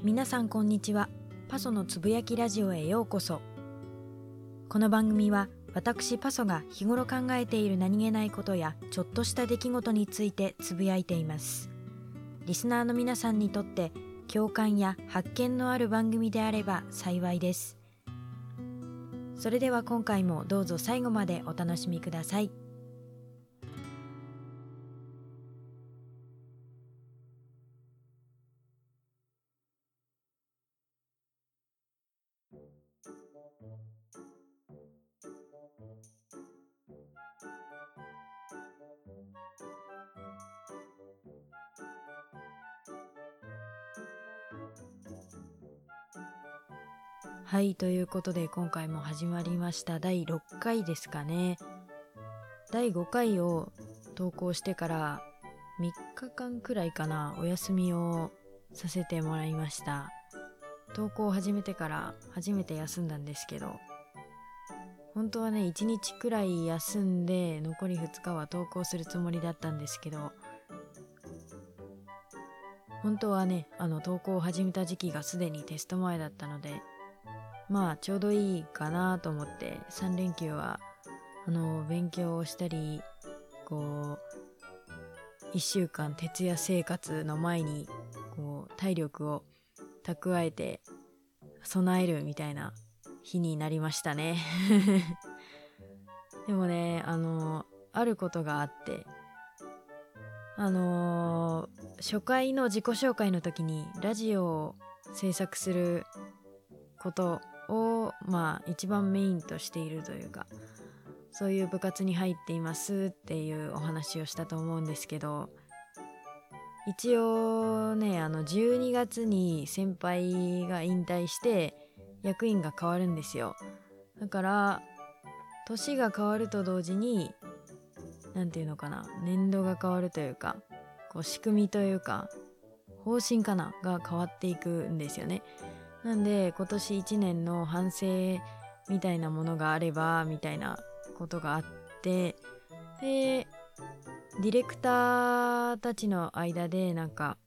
皆さんこんにちは。パソのつぶやきラジオへようこそ。この番組は私パソが日頃考えている何気ないことやちょっとした出来事についてつぶやいています。リスナーの皆さんにとって共感や発見のある番組であれば幸いです。それでは今回もどうぞ最後までお楽しみください。はい、ということで今回も始まりました第6回ですかね。第5回を投稿してから3日間くらいかな、お休みをさせてもらいました。投稿を始めてから初めて休んだんですけど、本当はね1日くらい休んで残り2日は投稿するつもりだったんですけど、本当はね投稿を始めた時期がすでにテスト前だったので、まあちょうどいいかなと思って3連休は勉強をしたり、こう1週間徹夜生活の前にこう体力を蓄えて備えるみたいな日になりましたねでもねあることがあって、初回の自己紹介の時にラジオを制作することを一番メインとしているというか、そういう部活に入っていますっていうお話をしたと思うんですけど、一応ね12月に先輩が引退して役員が変わるんですよ。だから年が変わると同時になんていうのかな、年度が変わるというか、こう仕組みというか方針かなが変わっていくんですよね。なんで今年1年の反省みたいなものがあればみたいなことがあって、でディレクターたちの間でなんか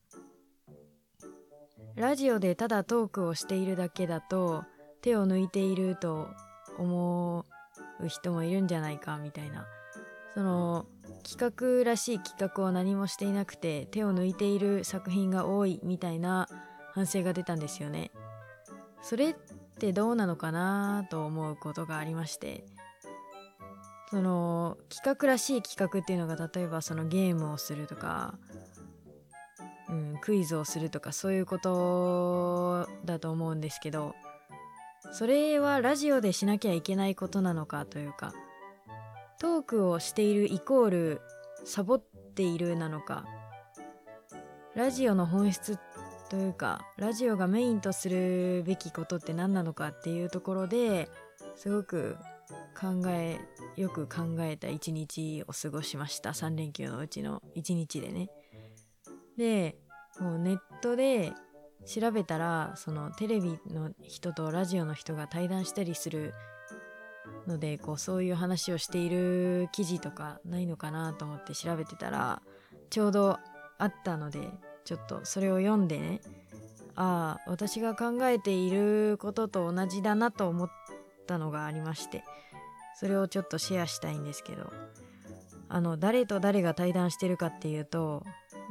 ラジオでただトークをしているだけだと手を抜いていると思う人もいるんじゃないかみたいな、その企画らしい企画を何もしていなくて手を抜いている作品が多いみたいな反省が出たんですよね。それってどうなのかなと思うことがありまして、その企画らしい企画っていうのが例えばそのゲームをするとか、クイズをするとかそういうことだと思うんですけど、それはラジオでしなきゃいけないことなのかというか、トークをしているイコールサボっているなのか、ラジオの本質というかラジオがメインとするべきことって何なのかっていうところですごくよく考えた一日を過ごしました。3連休のうちの1日でね。でもうネットで調べたら、そのテレビの人とラジオの人が対談したりするので、こうそういう話をしている記事とかないのかなと思って調べてたらちょうどあったので、ちょっとそれを読んでね、私が考えていることと同じだなと思ったのがありまして、それをちょっとシェアしたいんですけど、誰と誰が対談してるかっていうと、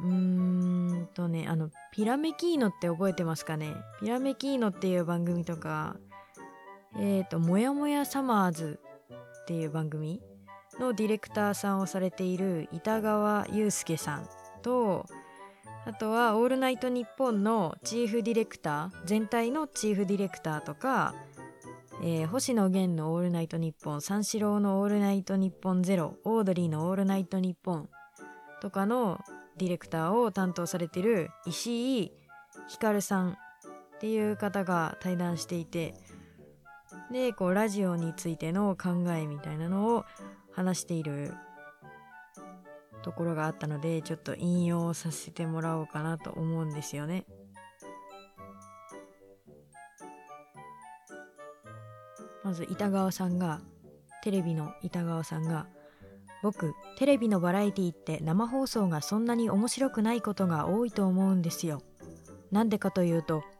ピラメキーノって覚えてますかね。ピラメキーノっていう番組とか、もやもやサマーズっていう番組のディレクターさんをされている板川祐介さんと、あとはオールナイトニッポンのチーフディレクター、全体のチーフディレクターとか、星野源のオールナイトニッポン、三四郎のオールナイトニッポンゼロ、オードリーのオールナイトニッポンとかのディレクターを担当されている石井ひかるさんっていう方が対談していて、でこうラジオについての考えみたいなのを話しているところがあったので、ちょっと引用させてもらおうかなと思うんですよね。まずテレビの板川さんが、僕テレビのバラエティって生放送がそんなに面白くないことが多いと思うんですよ。なんでかというと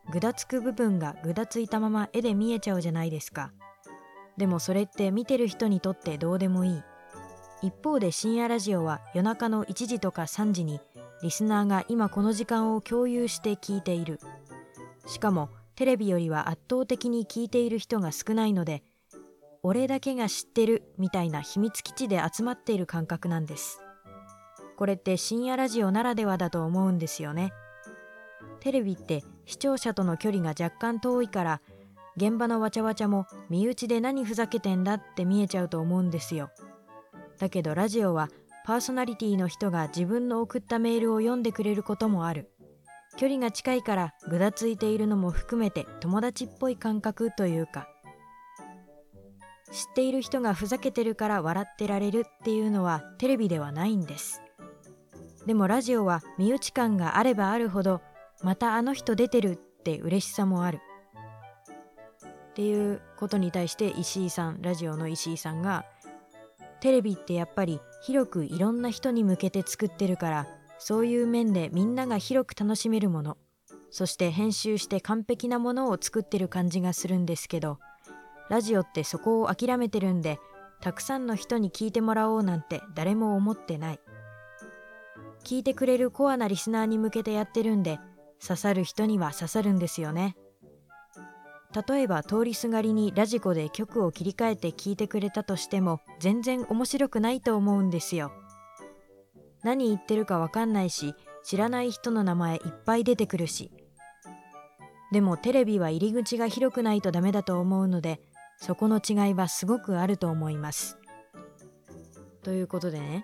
ぐだつく部分がぐだついたまま絵で見えちゃうじゃないですか。でもそれって見てる人にとってどうでもいい。一方で深夜ラジオは夜中の1時とか3時にリスナーが今この時間を共有して聞いている。しかもテレビよりは圧倒的に聞いている人が少ないので、俺だけが知ってるみたいな秘密基地で集まっている感覚なんです。これって深夜ラジオならではだと思うんですよね。テレビって視聴者との距離が若干遠いから、現場のわちゃわちゃも身内で何ふざけてんだって見えちゃうと思うんですよ。だけどラジオはパーソナリティの人が自分の送ったメールを読んでくれることもある。距離が近いからぐだついているのも含めて友達っぽい感覚というか、知っている人がふざけてるから笑ってられるっていうのはテレビではないんです。でもラジオは身内感があればあるほど、またあの人出てるって嬉しさもあるっていうことに対して、石井さん、ラジオの石井さんが、テレビってやっぱり広くいろんな人に向けて作ってるから、そういう面でみんなが広く楽しめるもの、そして編集して完璧なものを作ってる感じがするんですけど、ラジオってそこを諦めてるんで、たくさんの人に聞いてもらおうなんて誰も思ってない。聞いてくれるコアなリスナーに向けてやってるんで、刺さる人には刺さるんですよね。例えば通りすがりにラジコで曲を切り替えて聞いてくれたとしても全然面白くないと思うんですよ。何言ってるかわかんないし、知らない人の名前いっぱい出てくるし。でもテレビは入り口が広くないとダメだと思うので、そこの違いはすごくあると思います。ということでね、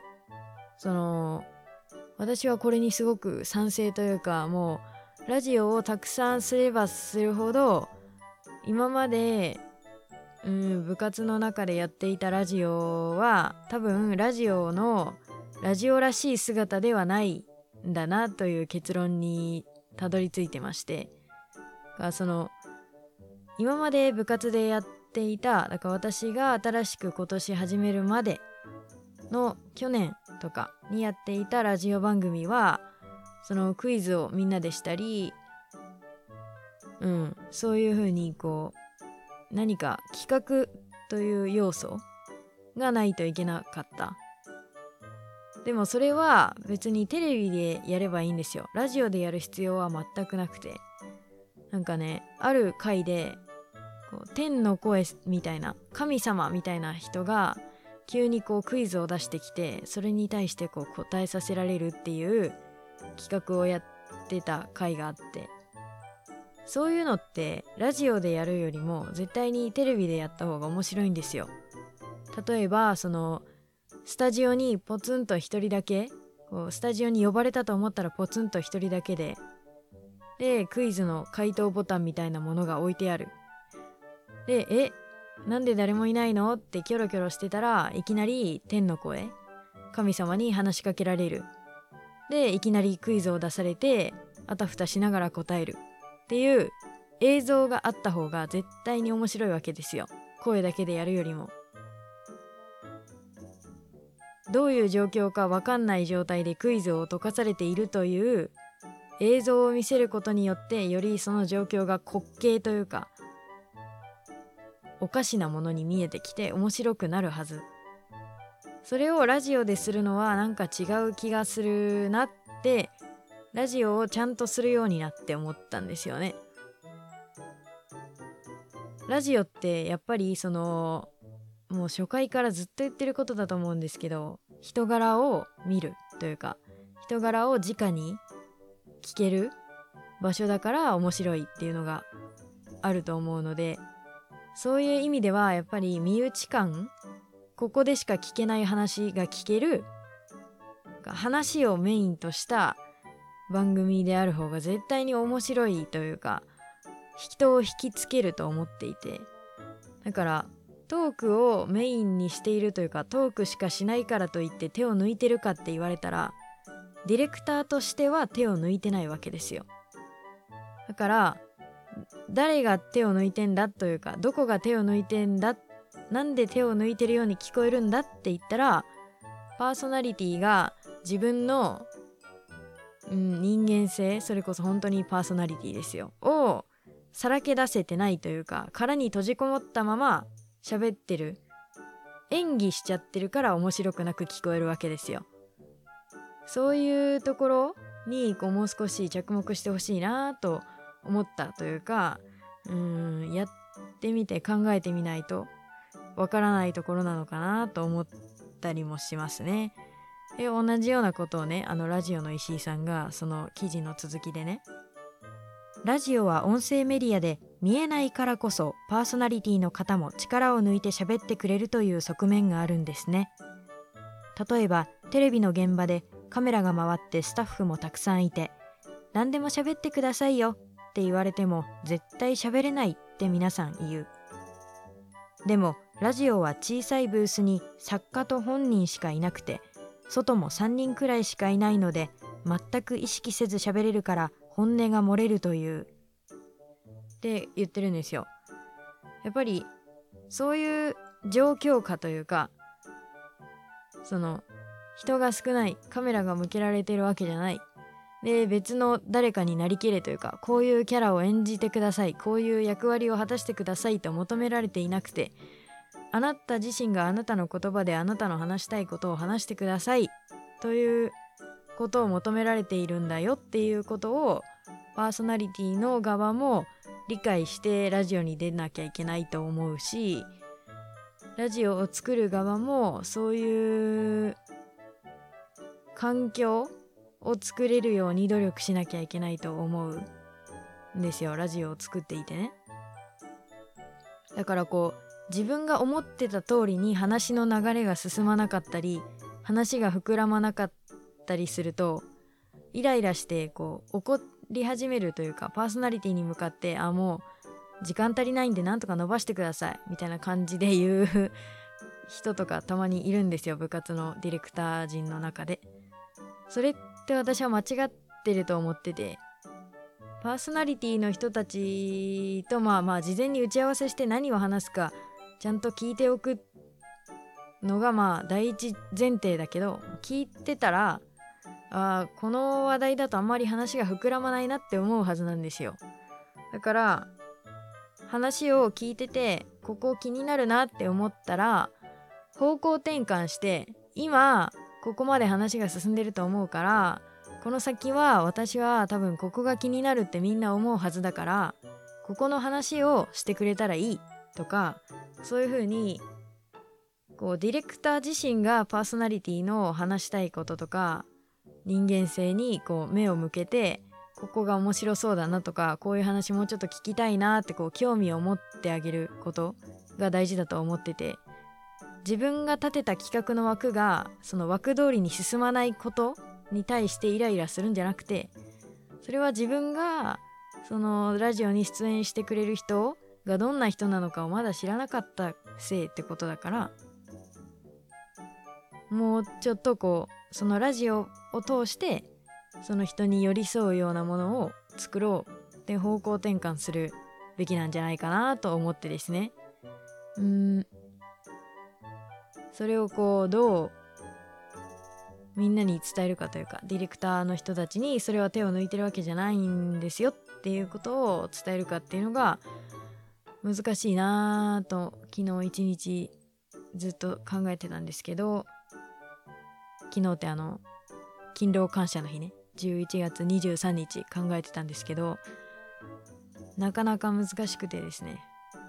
私はこれにすごく賛成というか、もうラジオをたくさんすればするほど、今まで部活の中でやっていたラジオは多分ラジオらしい姿ではないんだなという結論にたどり着いてまして、今まで部活でやっていた、だから私が新しく今年始めるまでの去年とかにやっていたラジオ番組は、そのクイズをみんなでしたり、そういう風に何か企画という要素がないといけなかった。でもそれは別にテレビでやればいいんですよ。ラジオでやる必要は全くなくて、なんかね、ある回で天の声みたいな、神様みたいな人が急にクイズを出してきて、それに対して答えさせられるっていう企画をやってた回があって、そういうのってラジオでやるよりも絶対にテレビでやった方が面白いんですよ。例えばスタジオにポツンと一人だけ、スタジオに呼ばれたと思ったらポツンと一人だけでクイズの回答ボタンみたいなものが置いてある。で、なんで誰もいないのってキョロキョロしてたら、いきなり天の声、神様に話しかけられる。で、いきなりクイズを出されて、あたふたしながら答えるっていう映像があった方が絶対に面白いわけですよ。声だけでやるよりも。どういう状況か分かんない状態でクイズを解かされているという映像を見せることによって、よりその状況が滑稽というかおかしなものに見えてきて面白くなるはず。それをラジオでするのはなんか違う気がするなって、ラジオをちゃんとするようになって思ったんですよね。ラジオってやっぱりもう初回からずっと言ってることだと思うんですけど、人柄を見るというか、人柄を直に聞ける場所だから面白いっていうのがあると思うので、そういう意味ではやっぱり身内感、ここでしか聞けない話が聞ける話をメインとした番組である方が絶対に面白いというか、人を引きつけると思っていて、だからトークをメインにしているというか、トークしかしないからといって手を抜いてるかって言われたら、ディレクターとしては手を抜いてないわけですよ。だから誰が手を抜いてんだというか、どこが手を抜いてんだ、なんで手を抜いてるように聞こえるんだって言ったら、パーソナリティが自分の、人間性、それこそ本当にパーソナリティですよをさらけ出せてないというか、殻に閉じこもったまま喋ってる、演技しちゃってるから面白くなく聞こえるわけですよ。そういうところにもう少し着目してほしいなと思ったというか、やってみて考えてみないとわからないところなのかなと思ったりもしますね。同じようなことをね、ラジオの石井さんがその記事の続きでね、ラジオは音声メディアで見えないからこそパーソナリティの方も力を抜いて喋ってくれるという側面があるんですね。例えばテレビの現場でカメラが回ってスタッフもたくさんいて、何でも喋ってくださいよって言われても絶対喋れないって皆さん言う。でもラジオは小さいブースに作家と本人しかいなくて、外も3人くらいしかいないので全く意識せず喋れるから本音が漏れるというって言ってるんですよ。やっぱりそういう状況下というか、その人が少ない、カメラが向けられてるわけじゃないで、別の誰かになりきれというか、こういうキャラを演じてください、こういう役割を果たしてくださいと求められていなくて、あなた自身があなたの言葉であなたの話したいことを話してくださいということを求められているんだよっていうことをパーソナリティの側も理解してラジオに出なきゃいけないと思うし、ラジオを作る側もそういう環境を作れるように努力しなきゃいけないと思うんですよ、ラジオを作っていてね。だから自分が思ってた通りに話の流れが進まなかったり、話が膨らまなかったりするとイライラして怒り始めるというか、パーソナリティに向かってもう時間足りないんでなんとか伸ばしてくださいみたいな感じで言う人とかたまにいるんですよ、部活のディレクター陣の中で。それって私は間違ってると思ってて、パーソナリティの人たちと事前に打ち合わせして何を話すかちゃんと聞いておくのが第一前提だけど、聞いてたらこの話題だとあんまり話が膨らまないなって思うはずなんですよ。だから話を聞いててここ気になるなって思ったら方向転換して、今ここまで話が進んでると思うから、この先は私は多分ここが気になるってみんな思うはずだから、ここの話をしてくれたらいいとか、そういう風にディレクター自身がパーソナリティの話したいこととか人間性に目を向けて、ここが面白そうだなとか、こういう話もうちょっと聞きたいなって興味を持ってあげることが大事だと思ってて、自分が立てた企画の枠がその枠通りに進まないことに対してイライラするんじゃなくて、それは自分がそのラジオに出演してくれる人がどんな人なのかをまだ知らなかったせいってことだから、もうちょっとそのラジオを通してその人に寄り添うようなものを作ろうって方向転換するべきなんじゃないかなと思ってですね。それをどうみんなに伝えるかというか、ディレクターの人たちにそれは手を抜いてるわけじゃないんですよっていうことを伝えるかっていうのが難しいなと昨日一日ずっと考えてたんですけど、昨日って勤労感謝の日ね、11月23日考えてたんですけど、なかなか難しくてですね、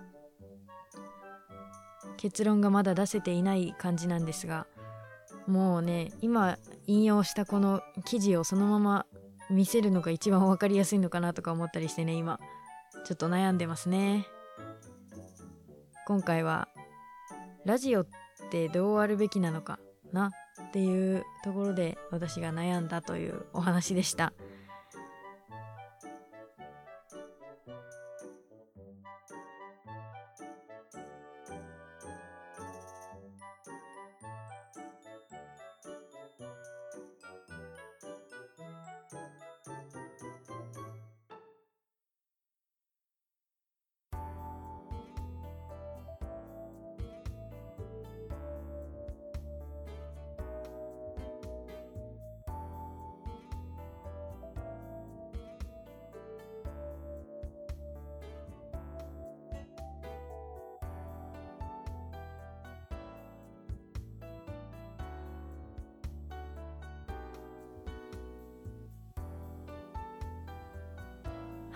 結論がまだ出せていない感じなんですが、もうね、今引用したこの記事をそのまま見せるのが一番分かりやすいのかなとか思ったりしてね、今ちょっと悩んでますね。今回はラジオってどうあるべきなのかなっていうところで私が悩んだというお話でした。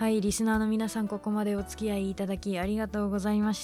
はい、リスナーの皆さん、ここまでお付き合いいただきありがとうございました。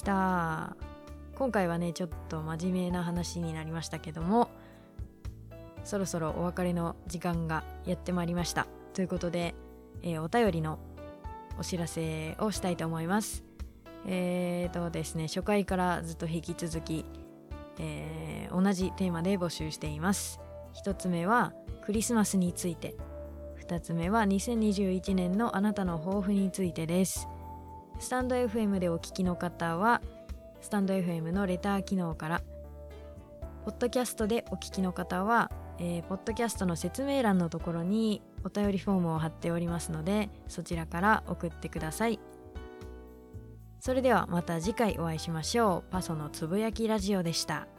今回はねちょっと真面目な話になりましたけども、そろそろお別れの時間がやってまいりました。ということで、お便りのお知らせをしたいと思います。ですね、初回からずっと引き続き、同じテーマで募集しています。一つ目はクリスマスについて、二つ目は2021年のあなたの抱負についてです。スタンド FM でお聞きの方はスタンド FM のレター機能から、ポッドキャストでお聞きの方は、ポッドキャストの説明欄のところにお便りフォームを貼っておりますので、そちらから送ってください。それではまた次回お会いしましょう。パソのつぶやきラジオでした。